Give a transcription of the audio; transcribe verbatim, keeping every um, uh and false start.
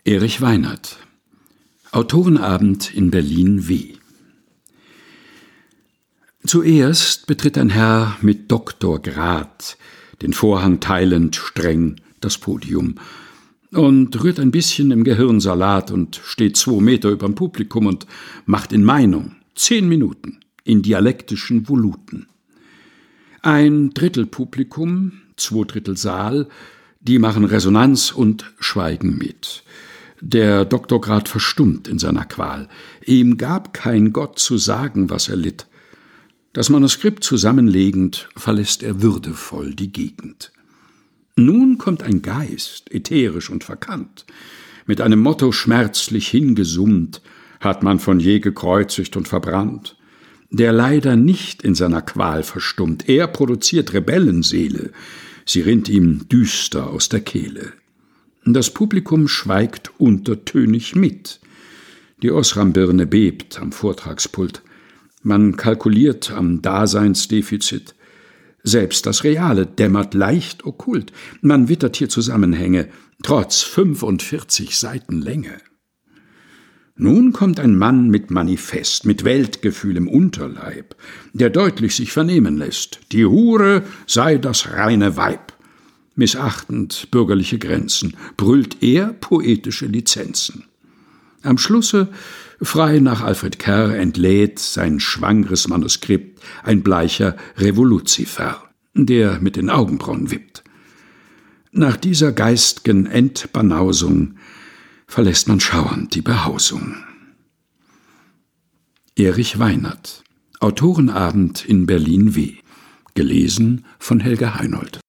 Erich Weinert. Autorenabend in Berlin W. Zuerst betritt ein Herr mit Doktorgrad, den Vorhang teilend streng, das Podium und rührt ein bisschen im Gehirnsalat und steht zwei Meter überm Publikum und macht in Meinung, zehn Minuten, in dialektischen Voluten. Ein Drittel Publikum, zwei Drittel Saal, die machen Resonanz und schweigen mit. Der Doktorgrad verstummt in seiner Qual. Ihm gab kein Gott zu sagen, was er litt. Das Manuskript zusammenlegend, verlässt er würdevoll die Gegend. Nun kommt ein Geist, ätherisch und verkannt. Mit einem Motto schmerzlich hingesummt, hat man von je gekreuzigt und verbrannt. Der leider nicht in seiner Qual verstummt. Er produziert Rebellenseele. Sie rinnt ihm düster aus der Kehle. Das Publikum schweigt untertönig mit. Die Osram-Birne bebt am Vortragspult. Man kalkuliert am Daseinsdefizit. Selbst das Reale dämmert leicht okkult. Man wittert hier Zusammenhänge, trotz fünfundvierzig Seiten Länge. Nun kommt ein Mann mit Manifest, mit Weltgefühl im Unterleib, der deutlich sich vernehmen lässt. Die Hure sei das reine Weib. Missachtend bürgerliche Grenzen, brüllt er poetische Lizenzen. Am Schlusse, frei nach Alfred Kerr, entlädt sein schwangres Manuskript ein bleicher Revoluzifer, der mit den Augenbrauen wippt. Nach dieser geist'gen Entbanausung verlässt man schauernd die Behausung. Erich Weinert. Autorenabend in Berlin W. Gelesen von Helga Heinold.